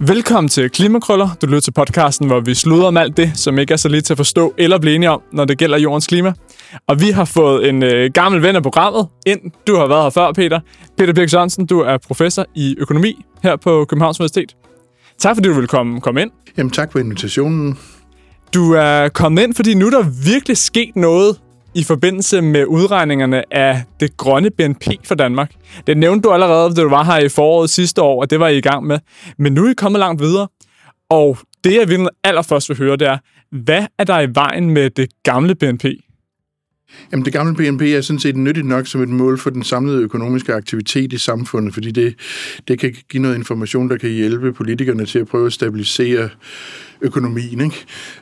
Velkommen til Klimakrøller. Du lytter til podcasten, hvor vi sluder om alt det, som ikke er så lige til at forstå eller blive enige om, når det gælder jordens klima. Og vi har fået en gammel ven af programmet ind. Du har været her før, Peter. Peter Birk Sørensen, du er professor i økonomi her på Københavns Universitet. Tak fordi du vil komme ind. Jamen tak for invitationen. Du er kommet ind, fordi nu er der virkelig sket noget i forbindelse med udregningerne af det grønne BNP for Danmark. Det nævnte du allerede, da du var her i foråret sidste år, og det var I gang med. Men nu er I kommet langt videre, og det jeg vil allerførst vil høre, det er, hvad er der i vejen med det gamle BNP? Jamen det gamle BNP er sådan set nyttigt nok som et mål for den samlede økonomiske aktivitet i samfundet, fordi det kan give noget information, der kan hjælpe politikerne til at prøve at stabilisere økonomien, ikke?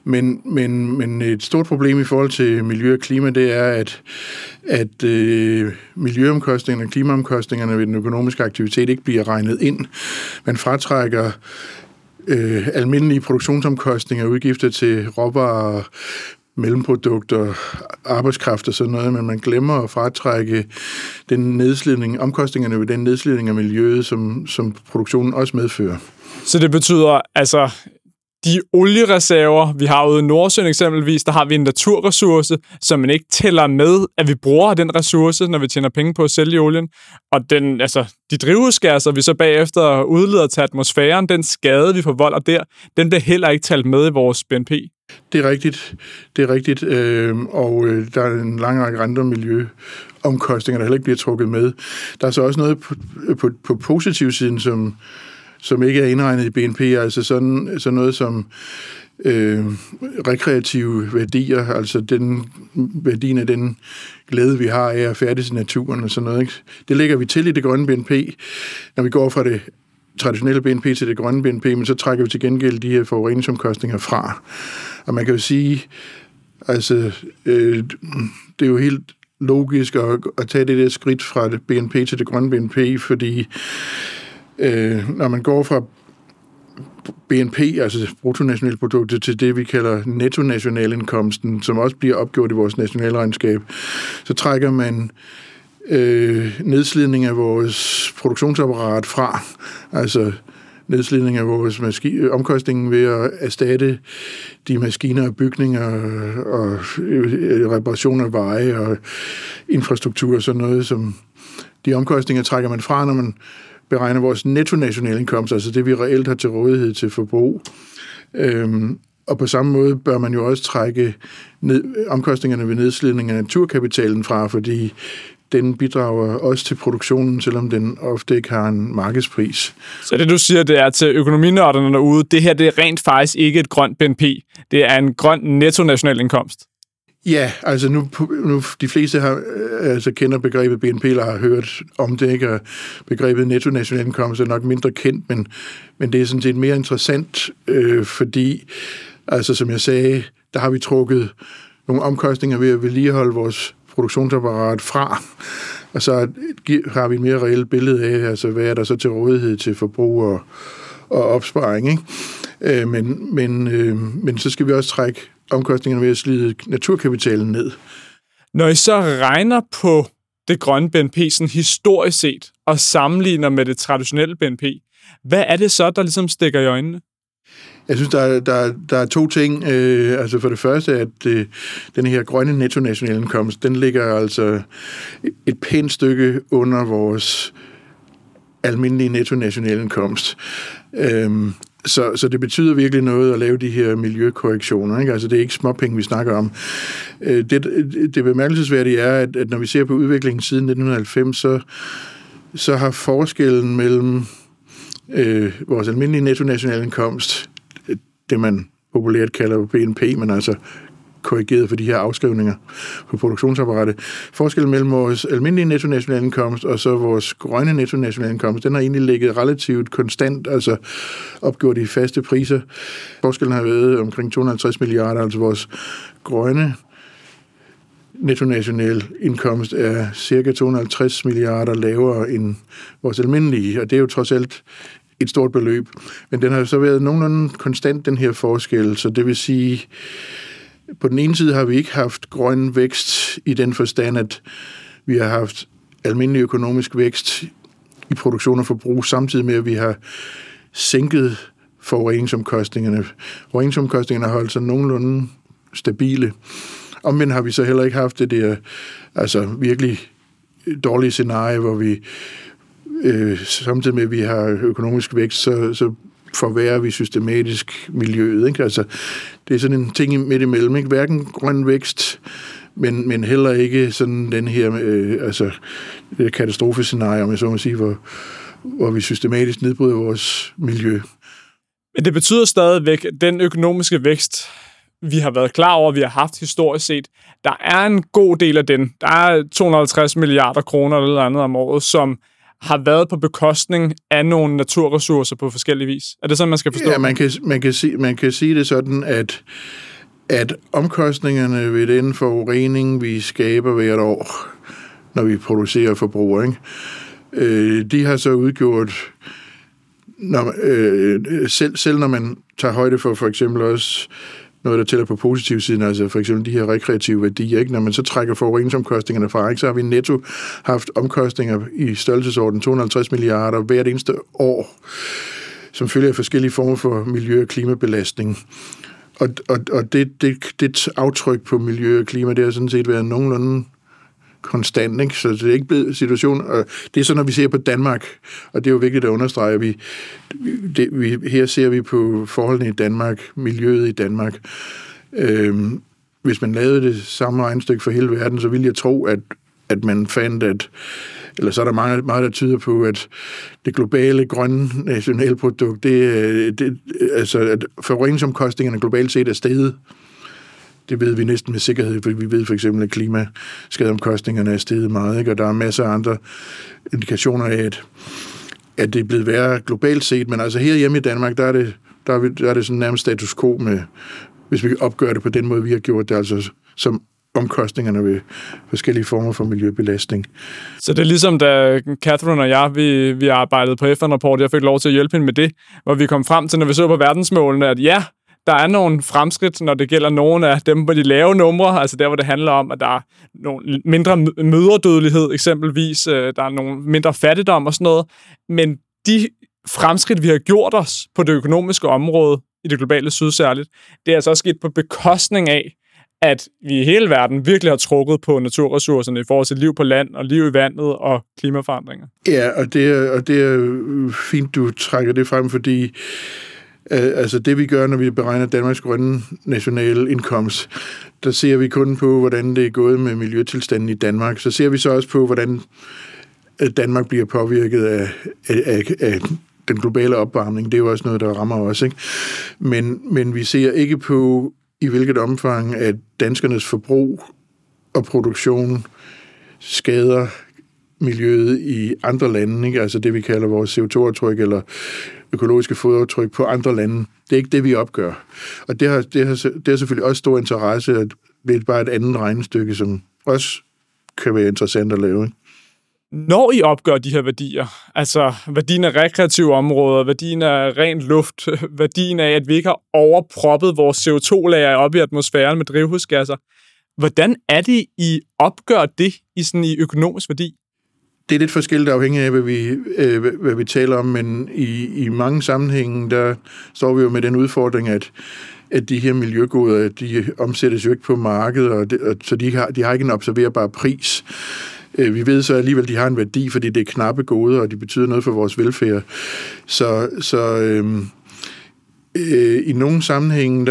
Men et stort problem i forhold til miljø og klima, det er, at miljøomkostningerne og klimaomkostningerne ved den økonomiske aktivitet ikke bliver regnet ind. Man fratrækker almindelige produktionsomkostninger, udgifter til råvarer, mellemprodukter, arbejdskraft og sådan noget, men man glemmer at fratrække omkostningerne ved den nedslidning af miljøet, som produktionen også medfører. Så det betyder, altså, de oliereserver, vi har ude i Nordsøen eksempelvis, der har vi en naturressource, som man ikke tæller med, at vi bruger den ressource, når vi tjener penge på at sælge olien. Og de drivhusgasser, vi så bagefter udleder til atmosfæren, den skade, vi forvolder der, den bliver heller ikke talt med i vores BNP. Det er rigtigt, og der er en lang række andre miljøomkostninger, der heller ikke bliver trukket med. Der er så også noget på positivsiden, som ikke er indregnet i BNP, altså sådan noget som rekreative værdier, altså den værdien af den glæde, vi har af at færdes i naturen og sådan noget, ikke? Det lægger vi til i det grønne BNP, når vi går fra det traditionelle BNP til det grønne BNP, men så trækker vi til gengæld de her forureningsomkostninger fra. Og man kan jo sige, altså, det er jo helt logisk at tage det der skridt fra det BNP til det grønne BNP, fordi når man går fra BNP, altså bruttonationalproduktet, til det, vi kalder nettonationalindkomsten, som også bliver opgjort i vores nationalregnskab, så trækker man nedslidning af vores produktionsapparat fra, altså nedslidning af vores omkostninger ved at erstatte de maskiner og bygninger og reparation af veje og infrastruktur og sådan noget, som de omkostninger trækker man fra, når man beregner vores nettonationalindkomst, altså det, vi reelt har til rådighed til forbrug. Og på samme måde bør man jo også trække omkostningerne ved nedslidning af naturkapitalen fra, fordi den bidrager også til produktionen, selvom den ofte ikke har en markedspris. Så det, du siger, det er til økonominørderne derude, det her det er rent faktisk ikke et grønt BNP. Det er en grøn nettonationalindkomst. Ja, altså nu de fleste kender begrebet BNP, eller har hørt om det, ikke? Og begrebet nettonationalindkomst er nok mindre kendt, men det er sådan set mere interessant, fordi, altså som jeg sagde, der har vi trukket nogle omkostninger ved at vedligeholde vores produktionsapparat fra, og så har vi et mere reelt billede af, altså hvad er der så til rådighed til forbrug og opsparing, ikke? Men så skal vi også trække omkostningerne ved at slide naturkapitalen ned. Når I så regner på det grønne BNP sådan historisk set, og sammenligner med det traditionelle BNP, hvad er det så, der ligesom stikker i øjnene? Jeg synes, der er to ting. Altså for det første, at den her grønne nettonationalindkomst, den ligger altså et pænt stykke under vores almindelige nettonationalindkomst. Så det betyder virkelig noget at lave de her miljøkorrektioner, ikke? Altså det er ikke småpenge, vi snakker om. Det bemærkelsesværdige er, at når vi ser på udviklingen siden 1990, så har forskellen mellem vores almindelige nettonationalindkomst, det man populært kalder BNP, men altså korrigeret for de her afskrivninger på produktionsapparatet. Forskellen mellem vores almindelige nettonationalindkomst og så vores grønne nettonationalindkomst, den har egentlig ligget relativt konstant, altså opgjort i faste priser. Forskellen har været omkring 250 milliarder, altså vores grønne nettonationalindkomst er cirka 250 milliarder lavere end vores almindelige, og det er jo trods alt et stort beløb. Men den har så været nogenlunde konstant, den her forskel, så det vil sige, på den ene side har vi ikke haft grøn vækst i den forstand, at vi har haft almindelig økonomisk vækst i produktion og forbrug, samtidig med, at vi har sænket forureningsomkostningerne. Forureningsomkostningerne har holdt sig nogenlunde stabile. Omvendt har vi så heller ikke haft det der virkelig dårlige scenarie, hvor vi samtidig med, at vi har økonomisk vækst, så forværrer vi systematisk miljøet. Ikke? Altså, det er sådan en ting midt imellem. Ikke? Hverken grøn vækst, men heller ikke sådan den her det katastrofescenarie, om jeg så må sige, hvor vi systematisk nedbryder vores miljø. Men det betyder stadigvæk, at den økonomiske vækst, vi har været klar over, vi har haft historisk set, der er en god del af den. Der er 250 milliarder kroner eller andet om året, som har været på bekostning af nogle naturressourcer på forskellige vis. Er det sådan, man skal forstå? Ja, man kan sige det sådan, at omkostningerne ved den forurening, vi skaber hvert år, når vi producerer og forbruger, ikke? De har så udgjort, selv når man tager højde for eksempel også noget, der tæller på positiv siden, altså for eksempel de her rekreative værdier, ikke? Når man så trækker forureningsomkostningerne fra, ikke? Så har vi netto haft omkostninger i størrelsesorden 250 milliarder hvert eneste år, som følger af forskellige former for miljø- og klimabelastning. Og det aftryk på miljø og klima, det har sådan set været nogenlunde konstant, ikke? Så det er ikke blevet situationen. Og det er så, når vi ser på Danmark, og det er jo vigtigt at understrege, her ser vi på forholdene i Danmark, miljøet i Danmark. Hvis man lavede det samme regnestykke for hele verden, så ville jeg tro, at man fandt, eller så er der meget, der tyder på, at det globale grønne nationalprodukt, at forureningsomkostningerne globalt set er steget. Det ved vi næsten med sikkerhed, for vi ved for eksempel, at klimaskadeomkostningerne er steget meget, ikke? Og der er masser af andre indikationer af, at det er blevet værre globalt set, men altså herhjemme i Danmark, der er det sådan nærmest status quo med, hvis vi opgør det på den måde, vi har gjort det, altså som omkostningerne ved forskellige former for miljøbelastning. Så det er ligesom, da Catherine og jeg, vi arbejdede på FN-rapport, jeg fik lov til at hjælpe hende med det, hvor vi kom frem til, når vi så på verdensmålene, at ja, der er nogle fremskridt, når det gælder nogle af dem på de lave numre, altså der, hvor det handler om, at der er nogle mindre mødredødelighed eksempelvis, der er nogle mindre fattigdom og sådan noget, men de fremskridt, vi har gjort os på det økonomiske område, i det globale syd særligt, det er altså også sket på bekostning af, at vi i hele verden virkelig har trukket på naturressourcerne i forhold til liv på land og liv i vandet og klimaforandringer. Ja, og det er fint, du trækker det frem, fordi altså det vi gør, når vi beregner Danmarks grønne nationale indkomst, der ser vi kun på, hvordan det er gået med miljøtilstanden i Danmark. Så ser vi så også på, hvordan Danmark bliver påvirket af den globale opvarmning. Det er jo også noget, der rammer os, ikke? Men vi ser ikke på, i hvilket omfang, at danskernes forbrug og produktion skader miljøet i andre lande, ikke? Altså det, vi kalder vores CO2-aftryk eller økologiske fodaftryk på andre lande. Det er ikke det, vi opgør. Og det har selvfølgelig også stor interesse, at det er bare et andet regnestykke, som også kan være interessant at lave, ikke? Når I opgør de her værdier, altså værdien af rekreative områder, værdien af ren luft, værdien af, at vi ikke har overproppet vores CO2-lager op i atmosfæren med drivhusgasser, hvordan er det, I opgør det i økonomisk værdi? Det er lidt forskelligt afhængigt af, hvad vi taler om, men i mange sammenhænge, der står vi jo med den udfordring, at de her miljøgoder, de omsættes jo ikke på markedet, så de har ikke en observerbar pris. Vi ved så alligevel, at de har en værdi, fordi det er knappe goder, og de betyder noget for vores velfærd. Så i nogle sammenhænge,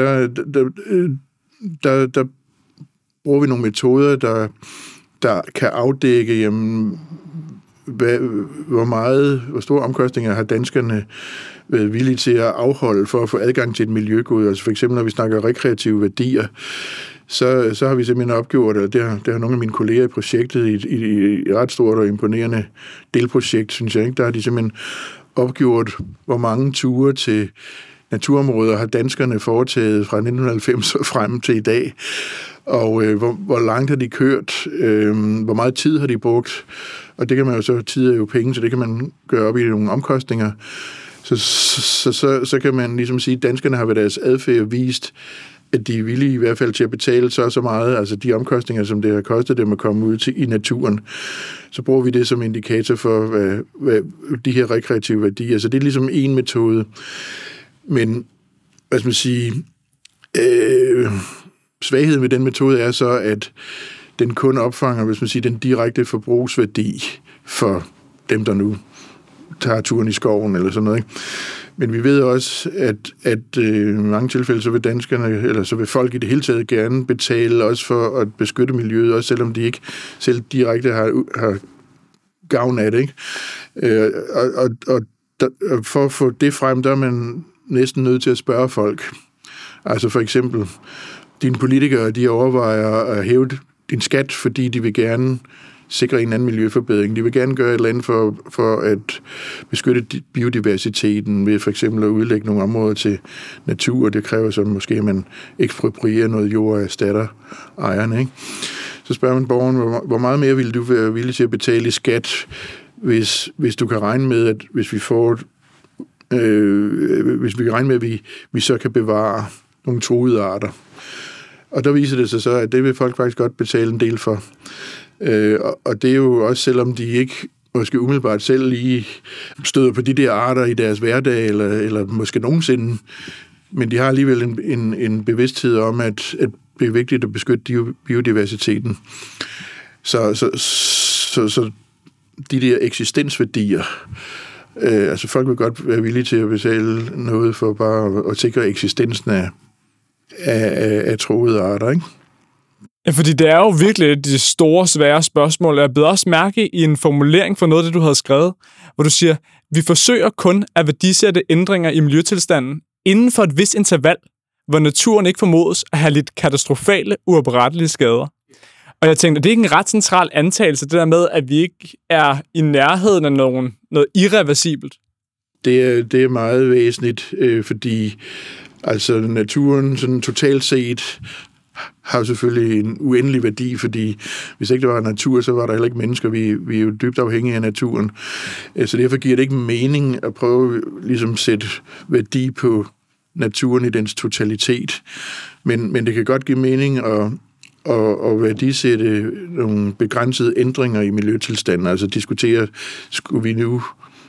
der bruger vi nogle metoder, der kan afdække, jamen, hvor store omkostninger har danskerne været villige til at afholde for at få adgang til et miljøgode. Altså for eksempel, når vi snakker rekreative værdier, så har vi simpelthen opgjort, og det har nogle af mine kolleger i projektet i et ret stort og imponerende delprojekt, synes jeg, ikke? Der har de simpelthen opgjort, hvor mange ture til naturområder har danskerne foretaget fra 1990 og frem til i dag, og hvor langt har de kørt, hvor meget tid har de brugt, og det kan man jo så, tid er jo penge, så det kan man gøre op i nogle omkostninger. Så kan man ligesom sige, at danskerne har ved deres adfærd vist, at de er villige i hvert fald til at betale så meget, altså de omkostninger, som det har kostet dem at komme ud til i naturen. Så bruger vi det som indikator for hvad de her rekreative værdier. Så det er ligesom en metode. Men hvad skal man sige, svagheden ved den metode er så, at den kun opfanger, hvis man siger, den direkte forbrugsværdi for dem, der nu tager turen i skoven eller sådan noget, ikke? Men vi ved også, at i mange tilfælde, så vil danskerne, eller så vil folk i det hele taget gerne betale også for at beskytte miljøet, også selvom de ikke selv direkte har gavn af det, ikke? Og for at få det frem, der er man næsten nødt til at spørge folk. Altså for eksempel, dine politikere, de overvejer at hæve din skat, fordi de vil gerne sikre en anden miljøforbedring. De vil gerne gøre et eller andet for at beskytte biodiversiteten ved for eksempel at udlægge nogle områder til natur. Det kræver så måske, at man eksproprierer noget jord og erstatter ejerne, ikke? Så spørger man borgeren, hvor meget mere vil du være villig til at betale i skat, hvis du kan regne med, at hvis vi kan regne med, at vi så kan bevare nogle truede arter. Og der viser det sig så, at det vil folk faktisk godt betale en del for. Og det er jo også, selvom de ikke måske umiddelbart selv lige støder på de der arter i deres hverdag, eller måske nogensinde, men de har alligevel en bevidsthed om, at det er vigtigt at beskytte biodiversiteten. Så de der eksistensværdier, altså folk vil godt være villige til at betale noget for bare at sikre eksistensen af truede arter, ikke? Ja, fordi det er jo virkelig de store, svære spørgsmål. Jeg bed også mærke i en formulering for noget af det, du havde skrevet, hvor du siger, vi forsøger kun at værdisætte ændringer i miljøtilstanden inden for et vist interval, hvor naturen ikke formodes at have lidt katastrofale, uoprettelige skader. Og jeg tænkte, det er ikke en ret central antagelse, det der med, at vi ikke er i nærheden af noget irreversibelt. Det er meget væsentligt, fordi altså naturen sådan totalt set har jo selvfølgelig en uendelig værdi, fordi hvis ikke der var natur, så var der heller ikke mennesker. Vi er jo dybt afhængige af naturen. Så derfor giver det ikke mening at prøve ligesom at sætte værdi på naturen i dens totalitet. Men det kan godt give mening at værdisætte nogle begrænsede ændringer i miljøtilstanden. Altså diskutere, skulle vi nu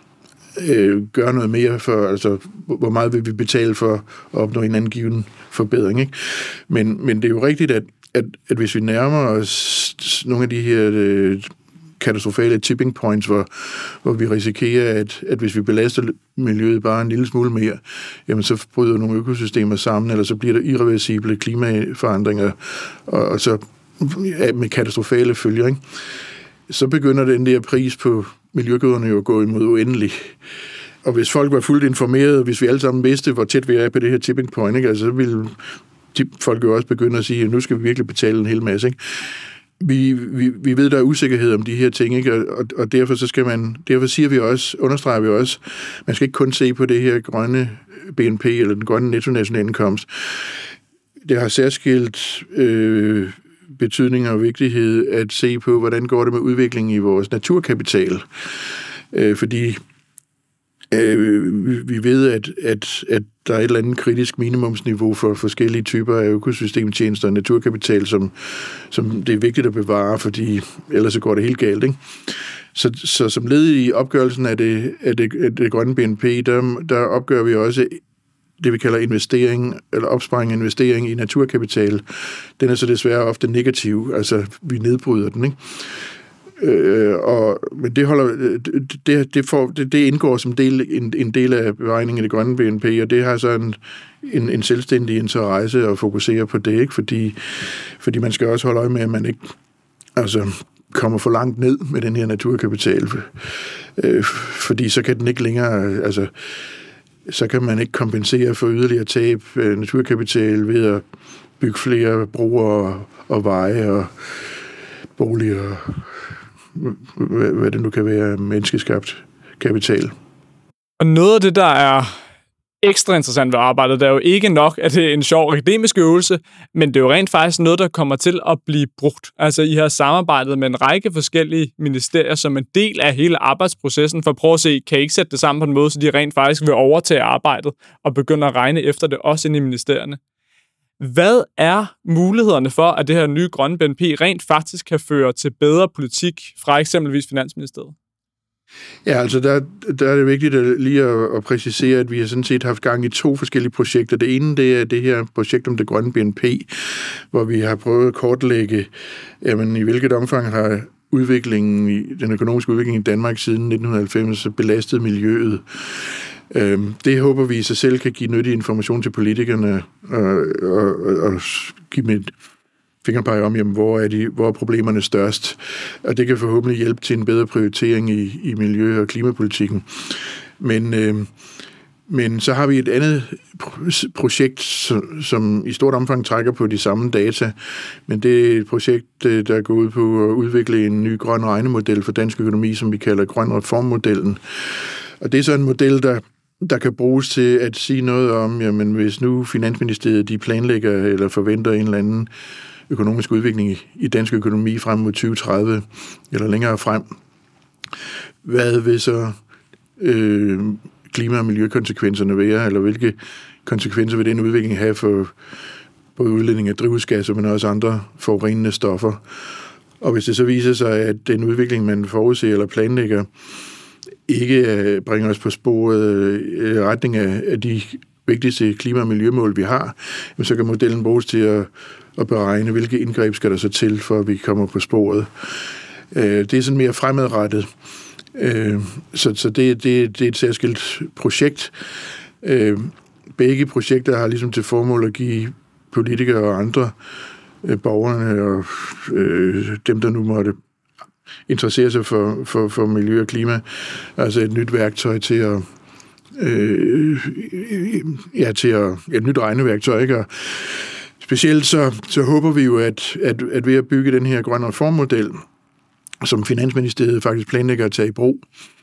gøre noget mere for, altså hvor meget vil vi betale for at opnå en anden given forbedring, ikke? Men det er jo rigtigt, at hvis vi nærmer os nogle af de her katastrofale tipping points, hvor vi risikerer, at hvis vi belaster miljøet bare en lille smule mere, jamen så bryder nogle økosystemer sammen, eller så bliver der irreversible klimaforandringer, og så med katastrofale følger, ikke? Så begynder den der pris på miljøgoderne jo at gå imod uendelig. Og hvis folk var fuldt informeret, hvis vi alle sammen vidste, hvor tæt vi er på det her tipping point, ikke? Altså, så ville folk jo også begynde at sige, at nu skal vi virkelig betale en hel masse, ikke? Vi ved, der er usikkerhed om de her ting, ikke? Og derfor derfor siger vi også, understreger vi også, man skal ikke kun se på det her grønne BNP eller den grønne nettonationalindkomst. Det har særskilt betydning og vigtighed at se på, hvordan går det med udviklingen i vores naturkapital. Fordi vi ved, at der er et eller andet kritisk minimumsniveau for forskellige typer af økosystemtjenester og naturkapital, som det er vigtigt at bevare, fordi ellers så går det helt galt, ikke? Så som led i opgørelsen af det grønne BNP, der opgør vi også det, vi kalder investering, eller opsparing af investering i naturkapital. Den er så desværre ofte negativ, altså vi nedbryder den, ikke? Men det indgår som en del af beregningen af det grønne BNP, og det har så en selvstændig interesse at fokusere på det, ikke? Fordi man skal også holde øje med, at man ikke kommer for langt ned med den her naturkapital, fordi så kan den ikke længere, så kan man ikke kompensere for yderligere tab af naturkapital ved at bygge flere broer og veje og boliger, hvad det nu kan være, menneskeskabt kapital. Og noget af det, der er ekstra interessant ved arbejdet, det er jo ikke nok, at det er en sjov akademisk øvelse, men det er jo rent faktisk noget, der kommer til at blive brugt. Altså, I har samarbejdet med en række forskellige ministerier som en del af hele arbejdsprocessen, for at prøve at se, kan I ikke sætte det sammen på en måde, så de rent faktisk vil overtage arbejdet og begynde at regne efter det også inde i ministerierne. Hvad er mulighederne for, at det her nye grønne BNP rent faktisk kan føre til bedre politik fra eksempelvis Finansministeriet? Ja, altså der er det vigtigt lige at præcisere, at vi har sådan set haft gang i 2 forskellige projekter. Det ene, det er det her projekt om det grønne BNP, hvor vi har prøvet at kortlægge, jamen, i hvilket omfang har den økonomiske udvikling i Danmark siden 1990 belastet miljøet. Det håber vi i sig selv kan give nyttig information til politikerne og give dem et fingerpege om, jamen, hvor er problemerne størst. Og det kan forhåbentlig hjælpe til en bedre prioritering i miljø- og klimapolitikken. Men så har vi et andet projekt, som i stort omfang trækker på de samme data, men det er et projekt, der går ud på at udvikle en ny grøn regnemodel for dansk økonomi, som vi kalder grøn reformmodellen. Og det er så en model, der kan bruges til at sige noget om, jamen, hvis nu Finansministeriet de planlægger eller forventer en eller anden økonomisk udvikling i dansk økonomi frem mod 2030 eller længere frem, hvad vil så klima- og miljøkonsekvenserne være, eller hvilke konsekvenser vil den udvikling have for både udledning af drivhusgasser, men også andre forurenende stoffer. Og hvis det så viser sig, at den udvikling, man forudser eller planlægger, ikke bringer os på sporet i retning af de vigtigste klima- og miljømål, vi har, så kan modellen bruges til at beregne, hvilke indgreb skal der så til, for at vi kommer på sporet. Det er sådan mere fremadrettet. Så det er et særskilt projekt. Begge projekter har ligesom til formål at give politikere og andre borgerne og dem, der nu måtte interessere sig for miljø og klima, altså et nyt værktøj til at et nyt regneværktøj, ikke? Og specielt så håber vi jo, at ved at bygge den her grønne reformmodel, som Finansministeriet faktisk planlægger at tage i brug,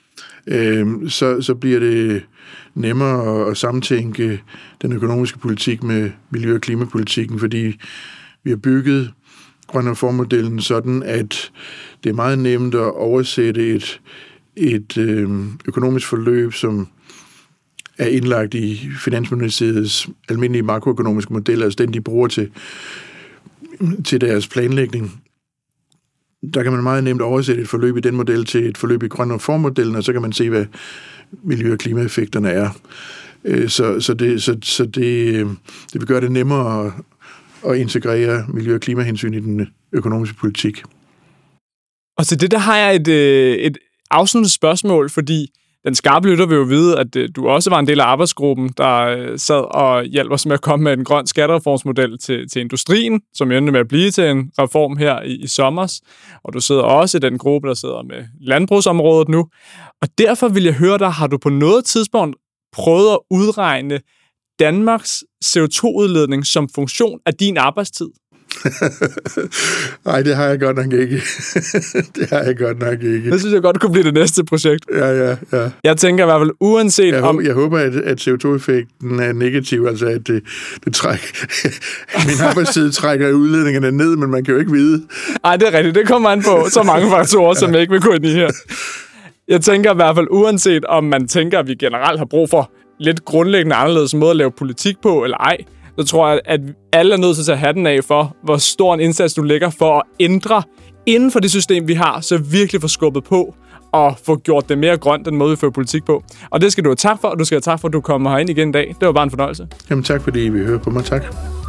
så bliver det nemmere at samtænke den økonomiske politik med miljø- og klimapolitikken, fordi vi har bygget grønne reformmodellen sådan, at det er meget nemt at oversætte et økonomisk forløb, som er indlagt i Finansministeriets almindelige makroøkonomiske modeller, altså den, de bruger til deres planlægning. Der kan man meget nemt oversætte et forløb i den model til et forløb i grøn reformmodellen, og så kan man se, hvad miljø- og klimaeffekterne er. Så det vil gøre det nemmere at integrere miljø- og klimahensyn i den økonomiske politik. Og til det, der har jeg et afsluttende spørgsmål, fordi den skarpe lytter vil jo vide, at du også var en del af arbejdsgruppen, der sad og hjalp os med at komme med en grøn skattereformsmodel til industrien, som endte med at blive til en reform her i sommers. Og du sidder også i den gruppe, der sidder med landbrugsområdet nu. Og derfor vil jeg høre dig, har du på noget tidspunkt prøvet at udregne Danmarks CO2-udledning som funktion af din arbejdstid? Nej, det har jeg godt nok ikke. Det synes jeg godt kunne blive det næste projekt. Ja. Jeg tænker i hvert fald, uanset Jeg håber, at CO2-effekten er negativ, altså at det trækker... Min arbejdstid trækker udledningerne ned, men man kan jo ikke vide. Nej, det er rigtigt. Det kommer an på så mange faktorer, som jeg ikke vil gå ind i her. Jeg tænker i hvert fald, uanset om man tænker, at vi generelt har brug for lidt grundlæggende anderledes måde at lave politik på, eller ej, så tror jeg, at alle er nødt til at tage hatten af for, hvor stor en indsats du lægger for at ændre inden for det system, vi har, så virkelig få skubbet på og få gjort det mere grønt, den måde, vi fører politik på. Og det skal du have tak for, og du skal have tak for, at du kommer herind igen i dag. Det var bare en fornøjelse. Jamen tak, fordi vi hører på mig. Tak.